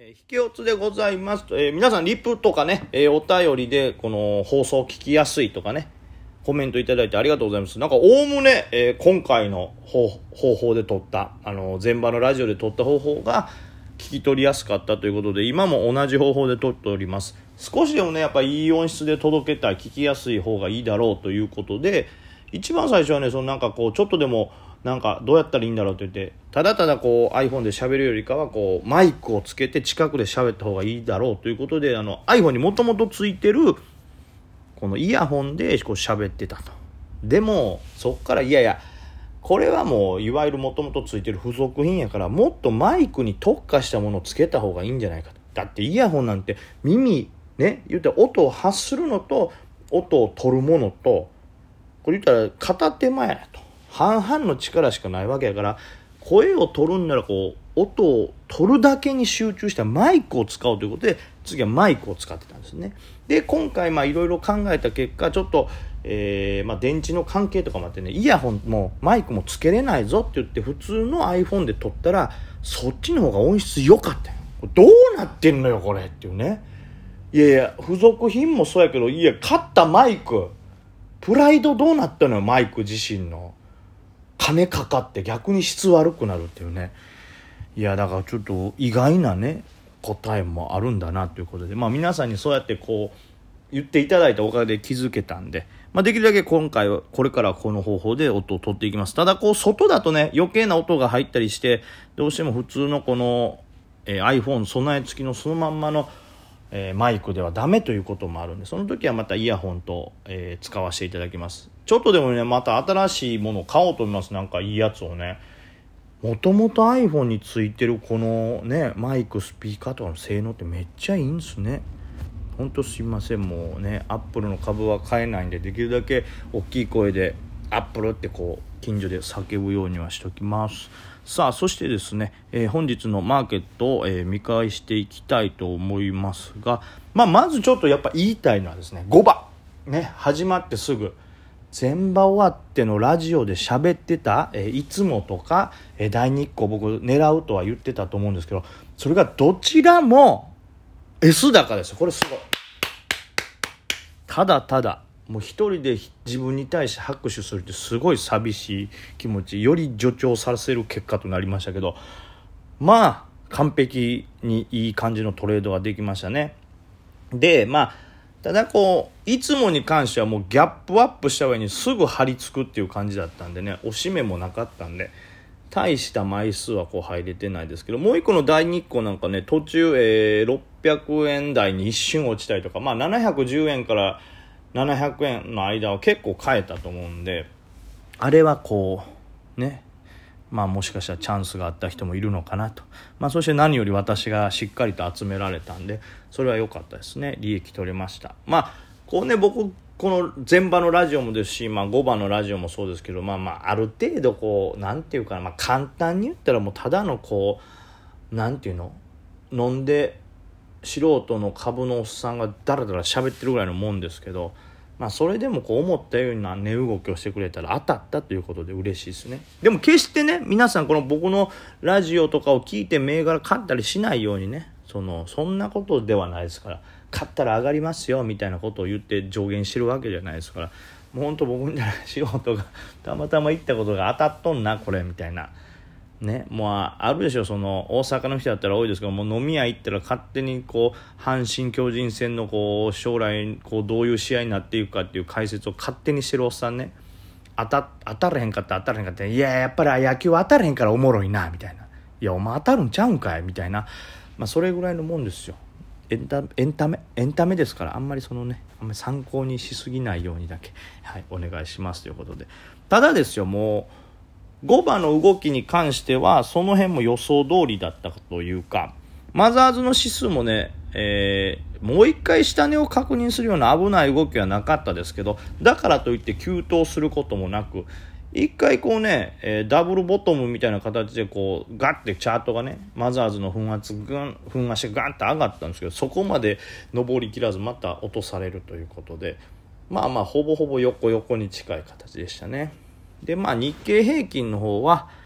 引きおつでございますと、皆さんリプとかね、お便りでこの放送聞きやすいとかね、コメントいただいてありがとうございます。なんかおおむね、今回の方法で撮った前場のラジオで撮った方法が聞き取りやすかったということで、今も同じ方法で撮っております。少しでもねやっぱいい音質で届けたい、聞きやすい方がいいだろうということで、一番最初はね、そのなんかこうちょっとでもなんかどうやったらいいんだろうと言って、ただただこう iPhone で喋るよりかはこうマイクをつけて近くで喋った方がいいだろうということで、iPhone にもともとついてるこのイヤホンでこう喋ってたと。でもそっからいやこれはもういわゆるもともとついてる付属品やから、もっとマイクに特化したものをつけた方がいいんじゃないかと。だってイヤホンなんて耳ね、言うたら音を発するのと音を取るものと、これ言ったら片手間やと、半々の力しかないわけやから、声を取るんならこう音を取るだけに集中したマイクを使おうということで、次はマイクを使ってたんですね。で今回いろいろ考えた結果、ちょっと、電池の関係とかもあってね、イヤホンもマイクもつけれないぞって言って、普通の iPhone で撮ったらそっちの方が音質良かったよ。どうなってんのよこれっていうね。いや付属品もそうやけど、買ったマイク、プライドどうなったのよ。マイク自身の金かかって逆に質悪くなるっていうね。だからちょっと意外なね答えもあるんだなということで、皆さんにそうやってこう言っていただいたおかげで気づけたんで、できるだけ今回はこれからこの方法で音を取っていきます。ただこう外だとね、余計な音が入ったりして、どうしても普通のこの、iPhone 備え付きのそのまんまのマイクではダメということもあるんで、その時はまたイヤホンと、使わせていただきます。ちょっとでもね、また新しいものを買おうと思います。なんかいいやつをね。もともと iPhone についてるこのねマイク、スピーカーとかの性能ってめっちゃいいんですね。ほんとすいません、もうねアップルの株は買えないんで、できるだけ大きい声でアップルってこう近所で叫ぶようにはしときます。さあそしてですね、本日のマーケットを、見返していきたいと思いますが、まずちょっとやっぱ言いたいのはですね、5番ね、始まってすぐ前場終わってのラジオで喋ってた、いつもとか、大日光僕狙うとは言ってたと思うんですけど、それがどちらも S 高ですよ。これすごい。ただただもう一人で自分に対して拍手するってすごい寂しい気持ち、より助長させる結果となりましたけど、完璧にいい感じのトレードができましたね。でただこういつもに関してはもうギャップアップした上にすぐ張り付くっていう感じだったんでね、押し目もなかったんで大した枚数はこう入れてないですけど、もう一個の大日光なんかね、途中、600円台に一瞬落ちたりとか、710円から700円の間は結構買えたと思うんで、あれはこうね、もしかしたらチャンスがあった人もいるのかなと。そして何より私がしっかりと集められたんで、それは良かったですね。利益取れました。こうね、僕この前場のラジオもですし、5番のラジオもそうですけど、ある程度こうなんていうかな、簡単に言ったらもうただのこうなんていうの、飲んで素人の株のおっさんがダラダラ喋ってるぐらいのもんですけど、それでもこう思ったような値動きをしてくれたら当たったということで嬉しいですね。でも決してね、皆さんこの僕のラジオとかを聞いて銘柄買ったりしないようにね、そんなことではないですから、買ったら上がりますよみたいなことを言って助言してるわけじゃないですから、もうほんと僕みたいな素人がたまたま言ったことが当たっとんなこれみたいなね、もうあるでしょ。その大阪の人だったら多いですけど、もう飲み屋行ったら勝手にこう阪神巨人戦のこう将来こうどういう試合になっていくかっていう解説を勝手にしてるおっさんね、当たらへんかった、やっぱり野球当たらへんからおもろいなみたいな、お前当たるんちゃうんかいみたいな、それぐらいのもんですよ。エンタメですから、あんまりあんまり参考にしすぎないようにだけ、お願いしますということで。ただですよ、もう5番の動きに関してはその辺も予想通りだったというか、マザーズの指数もね、もう一回下値を確認するような危ない動きはなかったですけど、だからといって急騰することもなく、一回こうね、ダブルボトムみたいな形でこうガッてチャートがね、マザーズの粉圧してガンって上がったんですけど、そこまで上りきらずまた落とされるということで、ほぼほぼ横に近い形でしたね。で日経平均の方は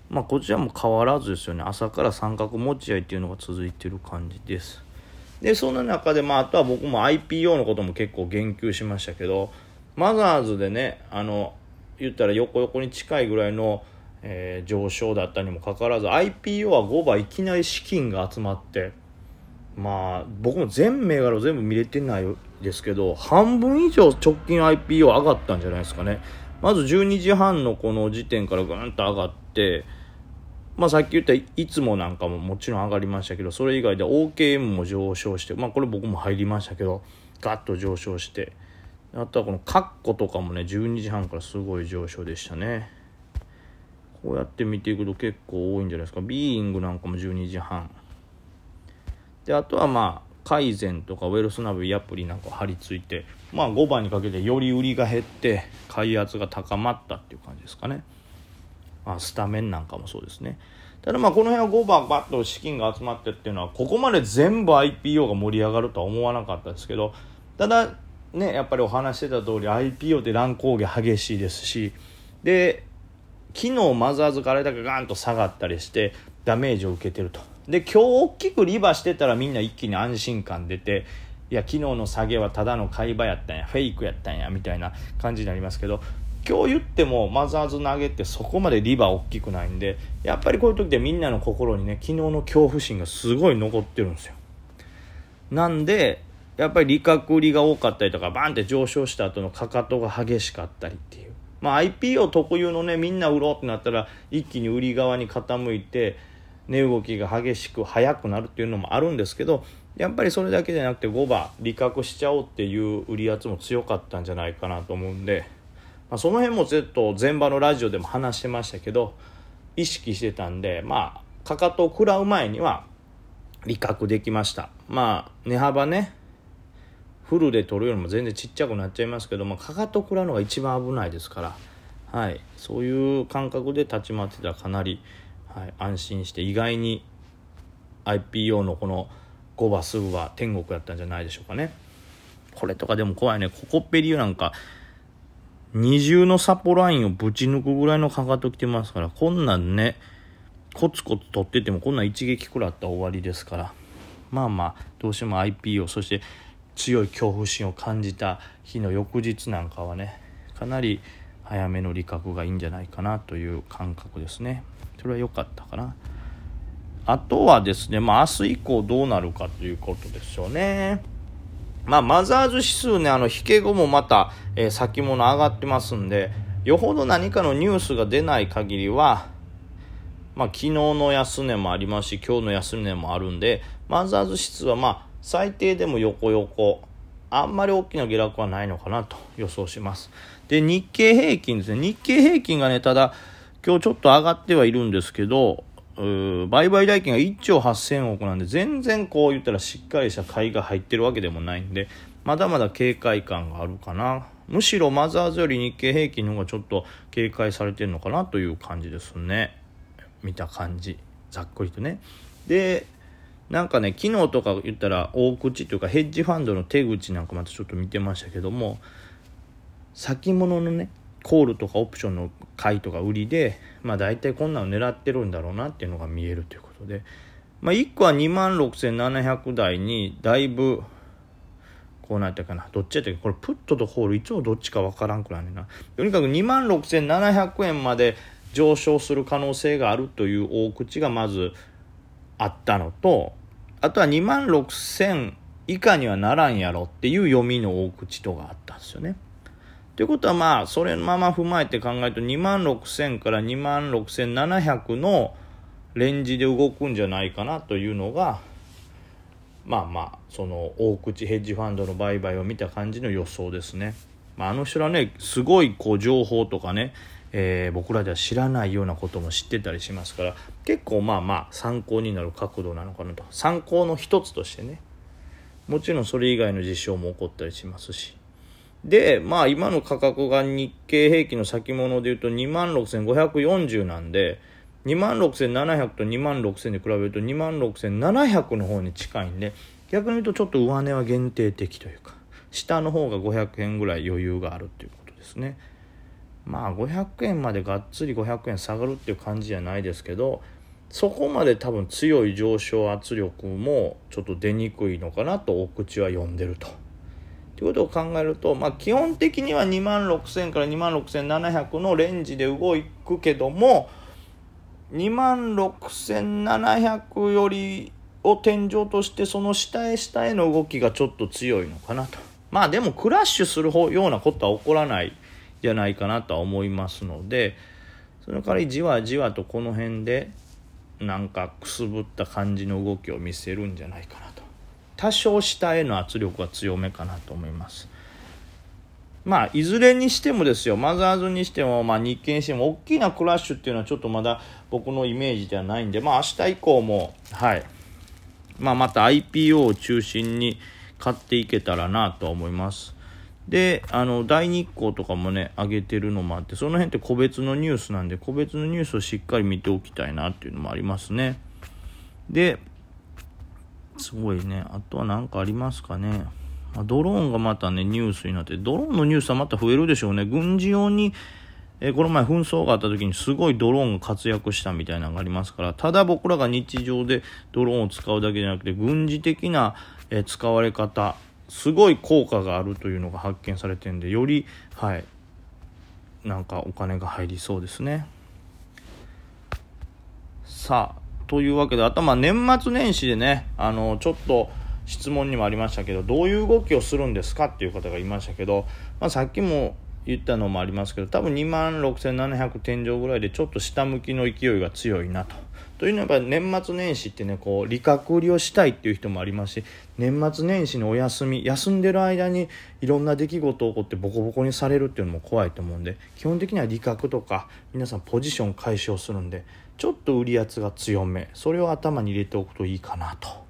こちらも変わらずですよね。朝から三角持ち合いっていうのが続いてる感じです。でその中であとは僕も IPO のことも結構言及しましたけど、マザーズでね言ったら横に近いぐらいの、上昇だったにもかかわらず IPO は5番いきなり資金が集まって、僕も全銘柄を全部見れてないですけど半分以上直近 IPO 上がったんじゃないですかね。まず12時半のこの時点からぐんと上がって、さっき言ったいつもなんかももちろん上がりましたけど、それ以外で OKM も上昇して、これ僕も入りましたけどガッと上昇して、あとはこのカッコとかもね12時半からすごい上昇でしたね。こうやって見ていくと結構多いんじゃないですか。ビーイングなんかも12時半で、あとは改善とかウェルスナビアプリなんか張り付いて、5番にかけてより売りが減って買い圧が高まったっていう感じですかね。スタメンなんかもそうですね。ただこの辺は5番バッと資金が集まってっていうのはここまで全部 IPO が盛り上がるとは思わなかったですけど、ただねやっぱりお話してた通り IPO って乱高下激しいですし、で昨日マザーズがあれだけガンと下がったりしてダメージを受けてると。で今日大きくリバしてたらみんな一気に安心感出て、いや昨日の下げはただの買い場やったんや、フェイクやったんやみたいな感じになりますけど、今日言ってもマザーズ投げってそこまでリバ大きくないんで、やっぱりこういう時でみんなの心にね昨日の恐怖心がすごい残ってるんですよ。なんでやっぱり利確売りが多かったりとかバンって上昇した後のかかとが激しかったりっていう、IPO 特有のねみんな売ろうってなったら一気に売り側に傾いて値動きが激しく速くなるっていうのもあるんですけど、やっぱりそれだけじゃなくて5番利確しちゃおうっていう売り圧も強かったんじゃないかなと思うんで、その辺もずっと前場のラジオでも話してましたけど意識してたんで、かかとを食らう前には利確できました。値幅ねフルで取るよりも全然ちっちゃくなっちゃいますけど、かかと食らうのが一番危ないですから、そういう感覚で立ち回ってたらかなり、安心して、意外に IPO のこの5番すぐは天国やったんじゃないでしょうかね。これとかでも怖いね。ココペリュなんか二重のサポラインをぶち抜くぐらいのかかときてますから、こんなんねコツコツ取っててもこんなん一撃食らったら終わりですから、どうしても IPO そして強い恐怖心を感じた日の翌日なんかはねかなり早めの利確がいいんじゃないかなという感覚ですね。それは良かったかな。あとはですね、明日以降どうなるかということでしょうね。マザーズ指数ね引け後もまた、先物上がってますんで、よほど何かのニュースが出ない限りは昨日の安値もありますし今日の安値もあるんで、マザーズ指数は最低でも横あんまり大きな下落はないのかなと予想します。で日経平均ですね。日経平均がねただ今日ちょっと上がってはいるんですけど、売買代金が1兆8000億なんで全然こう言ったらしっかりした買いが入ってるわけでもないんで、まだまだ警戒感があるかな。むしろマザーズより日経平均の方がちょっと警戒されてるのかなという感じですね。見た感じざっくりとね。で昨日とか言ったら大口というかヘッジファンドの手口なんかまたちょっと見てましたけども、先物のねコールとかオプションの買いとか売りで大体こんなの狙ってるんだろうなっていうのが見えるということで、1個は 26,700 台にだいぶこうなったかな。どっちやったっけこれプットとコールいつもどっちかわからんくらいねんな。とにかく 26,700 円まで上昇する可能性があるという大口がまずあったのと、あとは 26,000 以下にはならんやろっていう読みの大口とがあったんですよね。ということはそれのまま踏まえて考えると 26,000 から 26,700 のレンジで動くんじゃないかなというのがその大口ヘッジファンドの売買を見た感じの予想ですね。あの人らねすごい情報とかね、僕らでは知らないようなことも知ってたりしますから、結構参考になる角度なのかなと。参考の一つとしてね、もちろんそれ以外の事象も起こったりしますし、で今の価格が日経平均の先物でいうと 26,540 なんで 26,700 と 26,000 で比べると 26,700 の方に近いんで、逆に言うとちょっと上値は限定的というか、下の方が500円ぐらい余裕があるということですね。 まあ500円までがっつり500円下がるっていう感じじゃないですけど、そこまで多分強い上昇圧力もちょっと出にくいのかなと大口は読んでると。ということを考えると、基本的には26,000から26,700のレンジで動くけども、26,700よりを天井としてその下へ下への動きがちょっと強いのかなと。でもクラッシュするようなことは起こらないじゃないかなとは思いますので、その代わりじわじわとこの辺でなんかくすぶった感じの動きを見せるんじゃないかなと。多少下への圧力は強めかなと思います。いずれにしてもですよ、マザーズにしても、日経にしても大きなクラッシュっていうのはちょっとまだ僕のイメージではないんで、明日以降もまた IPO を中心に買っていけたらなと思います。で、大日光とかもね上げてるのもあって、その辺って個別のニュースなんで、個別のニュースをしっかり見ておきたいなっていうのもありますね。ですごいね。あとは何かありますかね。ドローンがまたねニュースになって、ドローンのニュースはまた増えるでしょうね。軍事用にこの前紛争があった時にすごいドローンが活躍したみたいなのがありますから、ただ僕らが日常でドローンを使うだけじゃなくて、軍事的な使われ方、すごい効果があるというのが発見されてるんで、よりなんかお金が入りそうですね。さあというわけで、あとは年末年始でね、ちょっと質問にもありましたけど、どういう動きをするんですかっていう方がいましたけど、さっきも言ったのもありますけど、多分26,700天井ぐらいでちょっと下向きの勢いが強いなと。というのはやっぱり年末年始ってね、利確売りをしたいっていう人もありますし、年末年始のお休み、休んでる間にいろんな出来事起こってボコボコにされるっていうのも怖いと思うんで、基本的には利確とか皆さんポジション解消するんで、ちょっと売り圧が強め、それを頭に入れておくといいかなと